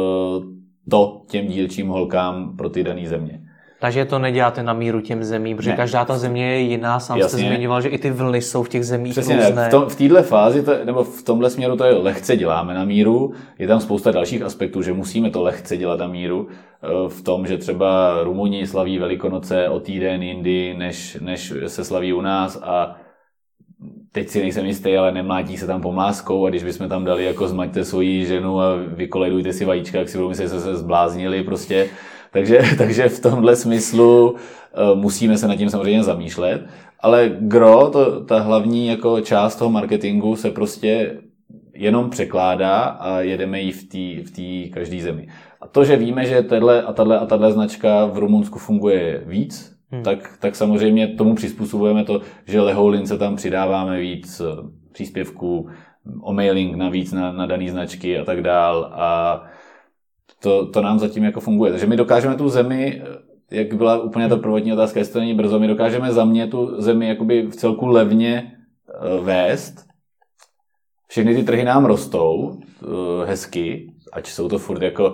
to těm dílčím holkám pro ty dané země. Takže to neděláte na míru těm zemím, protože každá ta země je jiná, sám jste zmiňoval, že i ty vlny jsou v těch zemích přesně různé. V této fázi, nebo v tomhle směru to je lehce děláme na míru, je tam spousta dalších aspektů, že musíme to lehce dělat na míru, v tom, že třeba Rumuni slaví Velikonoce o týden jindy, než se slaví u nás a teď si nejsem jistý, ale nemlátí se tam pomláskou a když bychom tam dali jako zmaťte svoji ženu a vykoledujte si vajíčka, jak si budou myslet, že se zbláznili prostě. Takže v tomhle smyslu musíme se nad tím samozřejmě zamýšlet, ale ta hlavní jako část toho marketingu se prostě jenom překládá a jedeme ji v té každé zemi. A to, že víme, že tahle značka v Rumunsku funguje víc, tak samozřejmě tomu přizpůsobujeme to, že lehoulince tam přidáváme víc příspěvků, o mailing navíc na dané značky a tak dál a to nám zatím jako funguje. Takže my dokážeme tu zemi, jak byla úplně ta prvotní otázka, jestli to není brzo, my dokážeme za mě tu zemi jakoby v celku levně vést. Všechny ty trhy nám rostou hezky, ať jsou to furt jako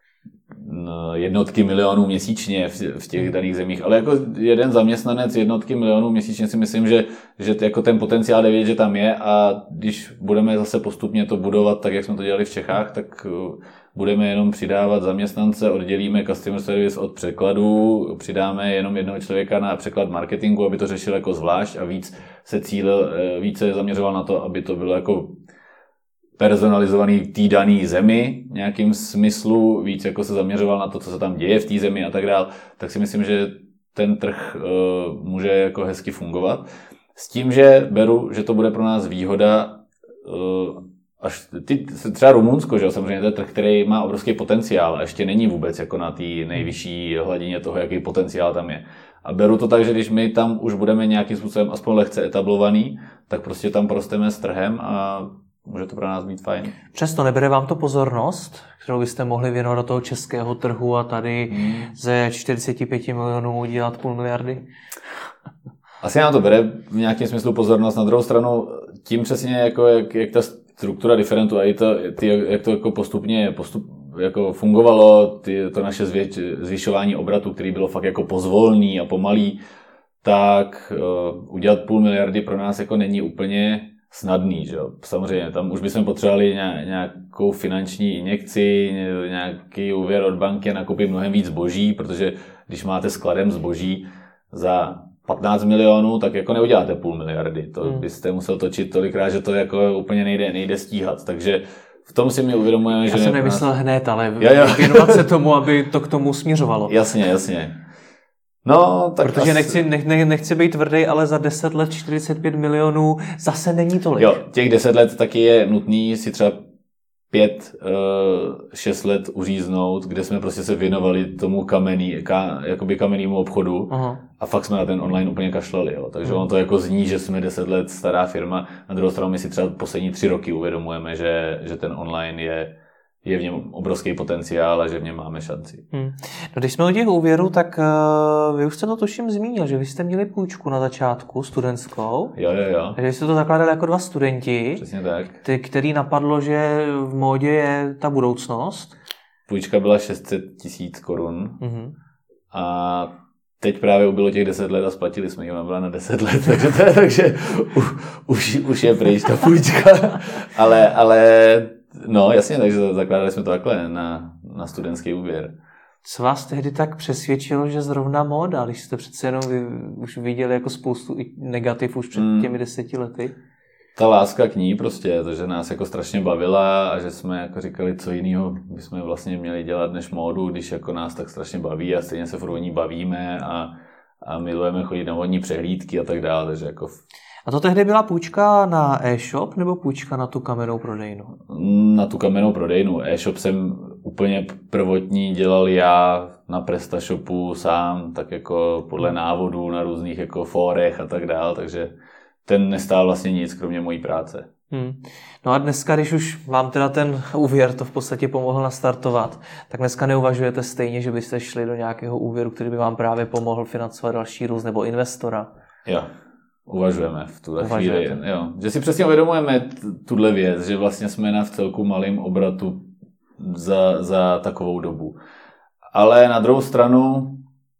jednotky milionů měsíčně v těch daných zemích, ale jako jeden zaměstnanec jednotky milionů měsíčně si myslím, že jako ten potenciál jde vidět, že tam je a když budeme zase postupně to budovat tak, jak jsme to dělali v Čechách, tak budeme jenom přidávat zaměstnance, oddělíme customer service od překladu, přidáme jenom jednoho člověka na překlad marketingu, aby to řešil jako zvlášť a více zaměřoval na to, aby to bylo jako personalizovaný v té dané zemi v nějakým smyslu, víc jako se zaměřoval na to, co se tam děje v té zemi a tak dál, tak si myslím, že ten trh může jako hezky fungovat. S tím, že beru, že to bude pro nás výhoda až třeba Rumunsko, že samozřejmě to je trh, který má obrovský potenciál a ještě není vůbec jako na té nejvyšší hladině toho, jaký potenciál tam je. A beru to tak, že když my tam už budeme nějakým způsobem aspoň lehce etablovaný, tak prostě tam porosteme s trhem a může to pro nás být fajn. Přesto nebere vám to pozornost, kterou byste mohli věnovat do toho českého trhu a tady ze 45 milionů udělat 500 miliardy? Asi nám to bere v nějakém smyslu pozornost. Na druhou stranu tím přesně, jako jak ta struktura diferentu a jak to jako postupně jako fungovalo, to naše zvyšování obratu, který bylo fakt jako pozvolný a pomalý, tak udělat 500 miliardy pro nás jako není úplně snadný, že jo. Samozřejmě, tam už bychom potřebovali nějakou finanční injekci, nějaký úvěr od banky a nakoupit mnohem víc zboží, protože když máte skladem zboží za 15 milionů, tak jako neuděláte 500 miliardy. To byste musel točit tolikrát, že to jako úplně nejde stíhat. Takže v tom si my uvědomujeme, že... Já jsem nemyslel hned, ale věnovat se tomu, aby to k tomu směřovalo. Jasně. No, tak protože nechci být tvrdý, ale za 10 let 45 milionů zase není tolik. Jo, těch 10 let taky je nutný si třeba 5-6 let uříznout, kde jsme prostě se věnovali tomu kamennému obchodu. Aha. A fakt jsme na ten online úplně kašlali. Jo. Takže on to jako zní, že jsme 10 let stará firma. Na druhou stranu my si třeba poslední 3 roky uvědomujeme, že ten online je v něm obrovský potenciál a že v něm máme šanci. No, když jsme u těch úvěrů, tak vy už jste to tuším zmínil, že vy jste měli půjčku na začátku studentskou. Jo. Takže jste to zakládali jako 2 studenti. Přesně tak. Který napadlo, že v módě je ta budoucnost. Půjčka byla 600 000 korun. A teď právě ubylo těch 10 let a splatili jsme ji, ona byla na 10 let, takže už je pryč ta půjčka. Ale no, jasně, takže zakládali jsme to takhle na studentský úvěr. Co vás tehdy tak přesvědčilo, že zrovna móda, když jste přece jenom už viděli jako spoustu negativ už před těmi 10 lety? Ta láska k ní prostě, to, že nás jako strašně bavila a že jsme jako říkali, co jiného bychom vlastně měli dělat než módu, když jako nás tak strašně baví a stejně se furt o ní bavíme a milujeme chodit na vodní přehlídky a tak dále, takže jako... A to tehdy byla půjčka na e-shop nebo půjčka na tu kamennou prodejnu? Na tu kamennou prodejnu. E-shop jsem úplně prvotní dělal já na PrestaShopu sám, tak jako podle návodů na různých jako fórech a tak dále, takže ten nestál vlastně nic, kromě mojí práce. No a dneska, když už vám teda ten úvěr to v podstatě pomohl nastartovat, tak dneska neuvažujete stejně, že byste šli do nějakého úvěru, který by vám právě pomohl financovat další růst nebo investora? Jo, uvažujeme v tuhle chvíli. Jo. Že si přesně uvědomujeme tuhle věc, že vlastně jsme na v celku malým obratu za takovou dobu. Ale na druhou stranu,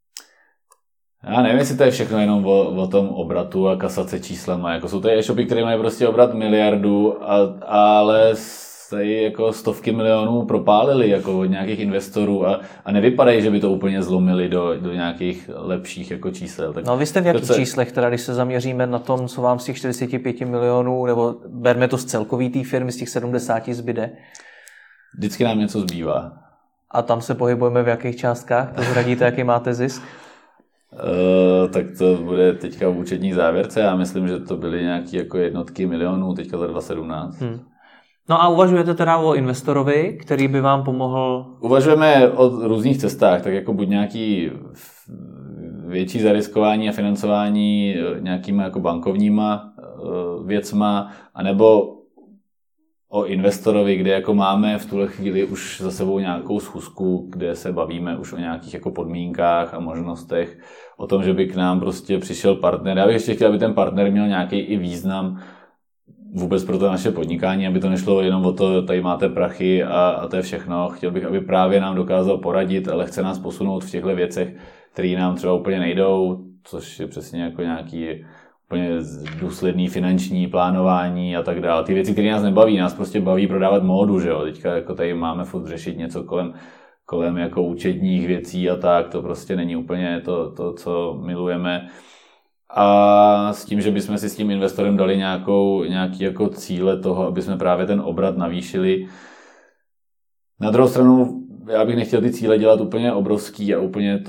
já nevím, jestli to je všechno jenom o tom obratu a kasace číslama. Jako jsou to e-shopy, které mají prostě obrat 1 miliardu, ale tady jako stovky milionů propálili jako od nějakých investorů a nevypadají, že by to úplně zlomili do nějakých lepších jako čísel. Tak no vy jste v jakých číslech, teda když se zaměříme na tom, co vám z těch 45 milionů, nebo berme to z celkový té firmy, z těch 70 zbyde? Vždycky nám něco zbývá. A tam se pohybujeme v jakých částkách? To zradíte, jaký máte zisk? Tak to bude teďka v účetní závěrce. Já myslím, že to byly nějaké jako jednotky milionů teďka za 2017. No a uvažujete teda o investorovi, který by vám pomohl? Uvažujeme o různých cestách, tak jako buď nějaký větší zariskování a financování nějakýma jako bankovníma věcma, anebo o investorovi, kde jako máme v tuhle chvíli už za sebou nějakou schůzku, kde se bavíme už o nějakých jako podmínkách a možnostech, o tom, že by k nám prostě přišel partner. Já bych ještě chtěl, aby ten partner měl nějaký i význam vůbec pro to naše podnikání, aby to nešlo jenom o to, tady máte prachy a to je všechno. Chtěl bych, aby právě nám dokázal poradit, ale chce nás posunout v těchto věcech, které nám třeba úplně nejdou, což je přesně jako nějaký úplně důsledný finanční plánování a tak dále. Ty věci, které nás nebaví, nás prostě baví prodávat módu, že jo. Teďka jako tady máme furt řešit něco kolem jako účetních věcí a tak, to prostě není úplně to, co milujeme. A s tím, že bychom si s tím investorem dali nějaký jako cíle toho, aby jsme právě ten obrat navýšili. Na druhou stranu, já bych nechtěl ty cíle dělat úplně obrovský a úplně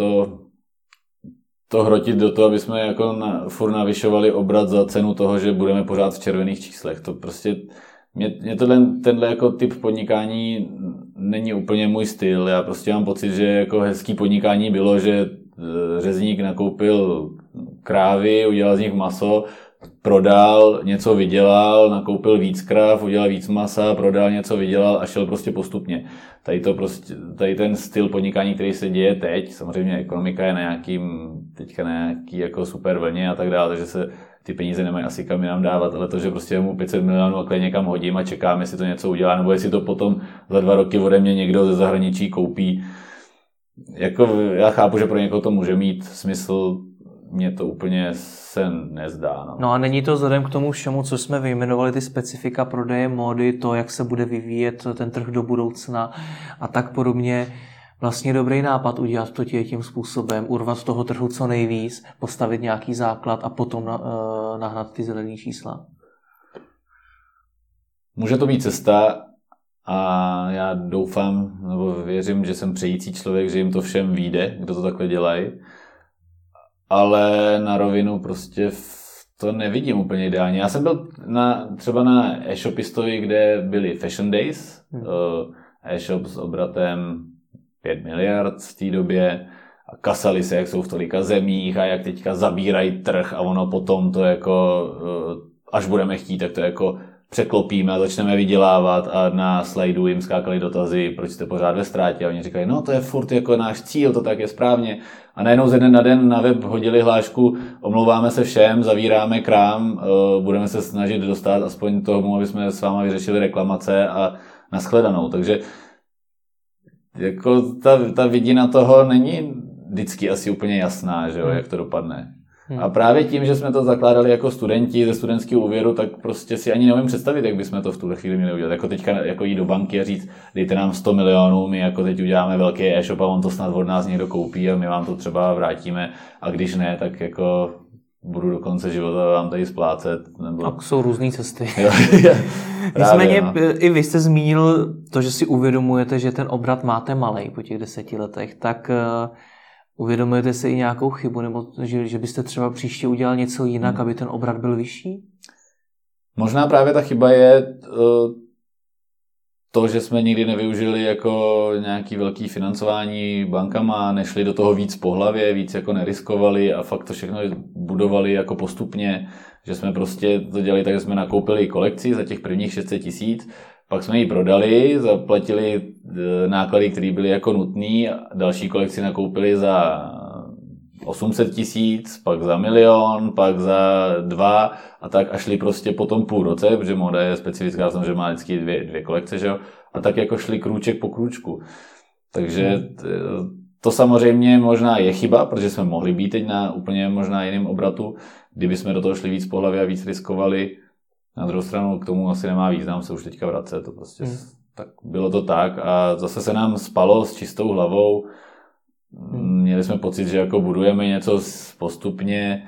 to hrotit do toho, aby jsme jako furt navyšovali obrat za cenu toho, že budeme pořád v červených číslech. To prostě, mě tenhle jako typ podnikání není úplně můj styl. Já prostě mám pocit, že jako hezký podnikání bylo, že řezník nakoupil krávy, udělal z nich maso, prodal, něco vydělal, nakoupil víc kráv, udělal víc masa, prodal, něco vydělal a šel prostě postupně. Tady ten styl podnikání, který se děje teď, samozřejmě ekonomika je teďka na nějaký jako super vlně a tak dále, takže se ty peníze nemají asi kam jinam dávat, ale to, že prostě mu 500 milionů a klidně někam hodím a čekám, jestli to něco udělá, nebo jestli to potom za 2 roky ode mě někdo ze zahraničí koupí. Jako já chápu, že pro někoho to může mít smysl, mně to úplně se nezdá. No a není to vzhledem k tomu všemu, co jsme vyjmenovali, ty specifika prodeje módy, to, jak se bude vyvíjet ten trh do budoucna a tak podobně, vlastně dobrý nápad udělat to tím způsobem, urvat toho trhu co nejvíc, postavit nějaký základ a potom nahnat ty zelený čísla? Může to být cesta a já doufám, nebo věřím, že jsem přející člověk, že jim to všem vyjde, kdo to takhle dělají. Ale na rovinu prostě to nevidím úplně ideálně. Já jsem byl třeba na e-shopistovi, kde byly Fashion Days, e-shop s obratem 5 miliard v té době a kasali se, jak jsou v tolika zemích a jak teďka zabírají trh a ono potom to jako, až budeme chtít, tak to jako překlopíme a začneme vydělávat a na slajdu jim skákali dotazy, proč jste pořád ve ztrátě a oni říkali, no to je furt jako náš cíl, to tak je správně. A najednou ze dne na den na web hodili hlášku, omlouváme se všem, zavíráme krám, budeme se snažit dostat aspoň tomu, aby jsme s váma vyřešili reklamace a nashledanou. Takže jako ta vidina toho není vždycky asi úplně jasná, že jo, jak to dopadne. A právě tím, že jsme to zakládali jako studenti ze studentského úvěru, tak prostě si ani neumím představit, jak bychom to v tuhle chvíli měli udělat. Jako teďka jako jít do banky a říct, dejte nám 100 milionů, my jako teď uděláme velký e-shop a on to snad od nás někdo koupí a my vám to třeba vrátíme a když ne, tak jako budu do konce života vám tady splácet. Nebo... A jsou různý cesty. Nicméně i vy jste zmínil to, že si uvědomujete, že ten obrat máte malej po těch 10 letech, tak uvědomujete si i nějakou chybu, nebo že byste třeba příště udělal něco jinak, aby ten obrat byl vyšší? Možná právě ta chyba je to, že jsme nikdy nevyužili jako nějaký velký financování bankama, nešli do toho víc po hlavě, víc jako neriskovali a fakt to všechno budovali jako postupně. že jsme prostě to dělali tak, že jsme nakoupili kolekci za těch prvních 600 000, pak jsme ji prodali, zaplatili náklady, které byly jako nutné, další kolekci nakoupili za 800 000, pak za 1 000 000, pak za 2 a tak a šli prostě po tom půl roce, protože móda je specifická v tom, že má vždycky dvě kolekce, že jo? A tak jako šli krůček po krůčku. Takže to samozřejmě možná je chyba, protože jsme mohli být teď na úplně možná jiném obratu, kdyby jsme do toho šli víc po hlavě a víc riskovali. Na druhou stranu k tomu asi nemá význam se už teďka vracet, to prostě tak bylo to tak a zase se nám spalo s čistou hlavou. Měli jsme pocit, že jako budujeme něco postupně.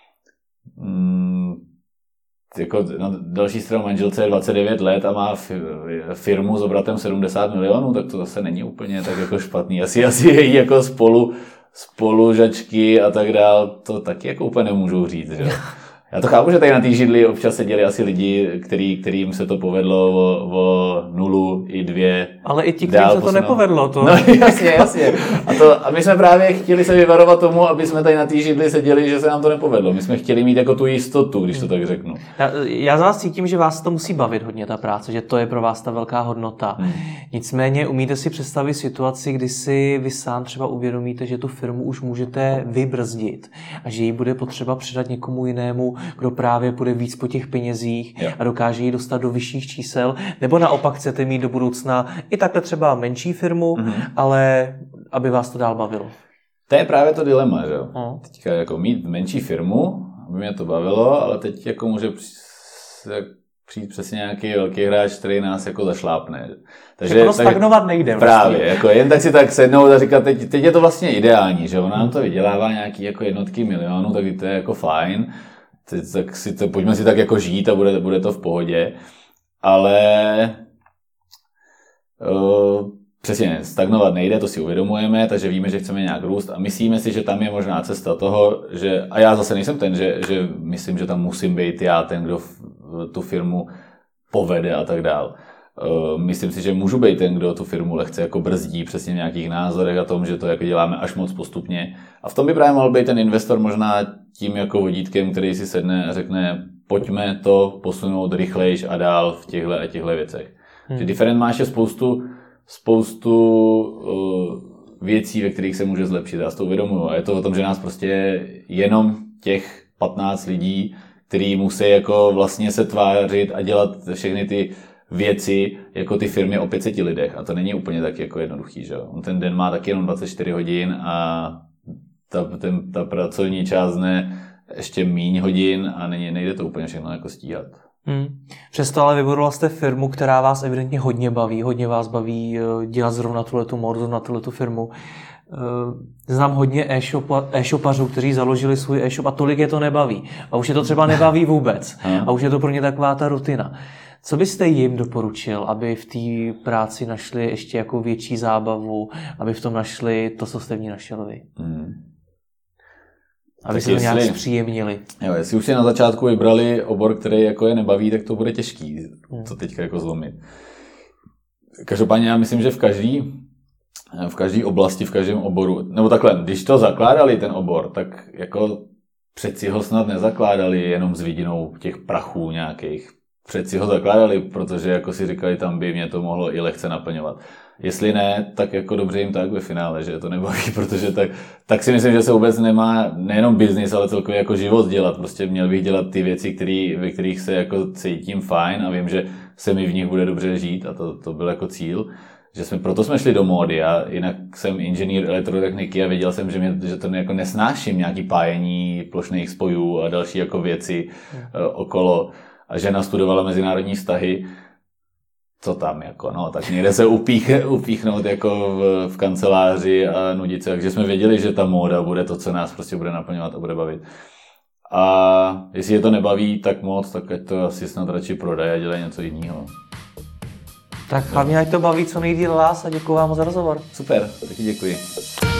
Jako na další stranu manželce je 29 let a má firmu s obratem 70 milionů, tak to zase není úplně tak jako špatný. Asi její jako spolužačky a tak dál, to taky jako úplně nemůžou říct, že? Já to chápu, že tady na té židli občas seděli asi lidi, kterým se to povedlo o 0 i 2. Ale i ti, kterým se to nepovedlo. To... No jasně. A my jsme právě chtěli se vyvarovat tomu, aby jsme tady na té židli seděli, že se nám to nepovedlo. My jsme chtěli mít jako tu jistotu, když to tak řeknu. Já z vás cítím, že vás to musí bavit hodně ta práce, že to je pro vás ta velká hodnota. Nicméně umíte si představit situaci, kdy si vy sám třeba uvědomíte, že tu firmu už můžete vybrzdit a že ji bude potřeba předat někomu jinému, kdo právě půjde víc po těch penězích a dokáže ji dostat do vyšších čísel, nebo naopak chcete mít do budoucna i takhle třeba menší firmu, ale aby vás to dál bavilo. To je právě to dilema, že jo? Teďka jako mít menší firmu, aby mě to bavilo, ale teď jako může přijít přesně nějaký velký hráč, který nás jako zašlápne. Takže ono stagnovat nejde. Právě, jako jen tak si tak sednout a říkat, teď je to vlastně ideální, že ona nám to vydělává nějaký jako jednotky milionů, tak to je jako fajn. Tak pojďme si tak jako žít a bude to v pohodě, ale přesně stagnovat nejde, to si uvědomujeme, takže víme, že chceme nějak růst a myslíme si, že tam je možná cesta toho, že, a já zase nejsem ten, že myslím, že tam musím být já ten, kdo tu firmu povede a tak dál. Myslím si, že můžu být ten, kdo tu firmu lehce jako brzdí přesně v nějakých názorech a tom, že to jako děláme až moc postupně. A v tom by právě mohl být ten investor možná tím jako vodítkem, který si sedne a řekne, pojďme to posunout rychlejš a dál v těchto věcech. Že Different má ještě spoustu věcí, ve kterých se může zlepšit. Já si to uvědomuji. A je to o tom, že nás prostě jenom těch 15 lidí, kteří musí jako vlastně se tvářit a dělat všechny ty věci jako ty firmy o 500 lidech. A to není úplně tak jako jednoduchý, že? On ten den má taky jenom 24 hodin a ta pracovní část dne ještě míň hodin a nejde to úplně všechno jako stíhat. Přesto ale vybudovala jste firmu, která vás evidentně hodně vás baví dělat zrovna tuhletu módu, zrovna tuhletu firmu. Znám hodně e-shopařů, kteří založili svůj e-shop a tolik je to nebaví. A už je to třeba nebaví vůbec. A už je to pro ně taková ta rutina. Co byste jim doporučil, aby v té práci našli ještě jako větší zábavu, aby v tom našli to, co jste v ní našel vy? Aby se to nějak zpříjemnili. Jo, jestli už si na začátku vybrali obor, který jako je nebaví, tak to bude těžký to teďka jako zlomit. Každopádně já myslím, že v každé oblasti, v každém oboru, nebo takhle, když to zakládali ten obor, tak jako přeci ho snad nezakládali jenom s vidinou těch prachů nějakých. Přeci ho zakládali, protože jako si říkali, tam by mě to mohlo i lehce naplňovat. Jestli ne, tak jako dobře jim tak ve finále, že to nebaví, protože tak si myslím, že se vůbec nemá nejenom biznis, ale celkově jako život dělat. Prostě měl bych dělat ty věci, ve kterých se jako cítím fajn a vím, že se mi v nich bude dobře žít a to byl jako cíl. Proto jsme šli do módy a jinak jsem inženýr elektrotechniky a věděl jsem, že to jako nesnáším nějaký pájení plošných spojů a další jako věci okolo. A žena studovala mezinárodní vztahy, co tam jako, no, tak někde se upíchnout jako v kanceláři a nudit se, takže jsme věděli, že ta móda bude to, co nás prostě bude naplňovat a bude bavit. A jestli je to nebaví tak moc, tak ať to asi snad radši prodají a dělají něco jiného. Tak hlavně ať to baví co nejdýl vás a děkuji vám za rozhovor. Super, taky děkuji.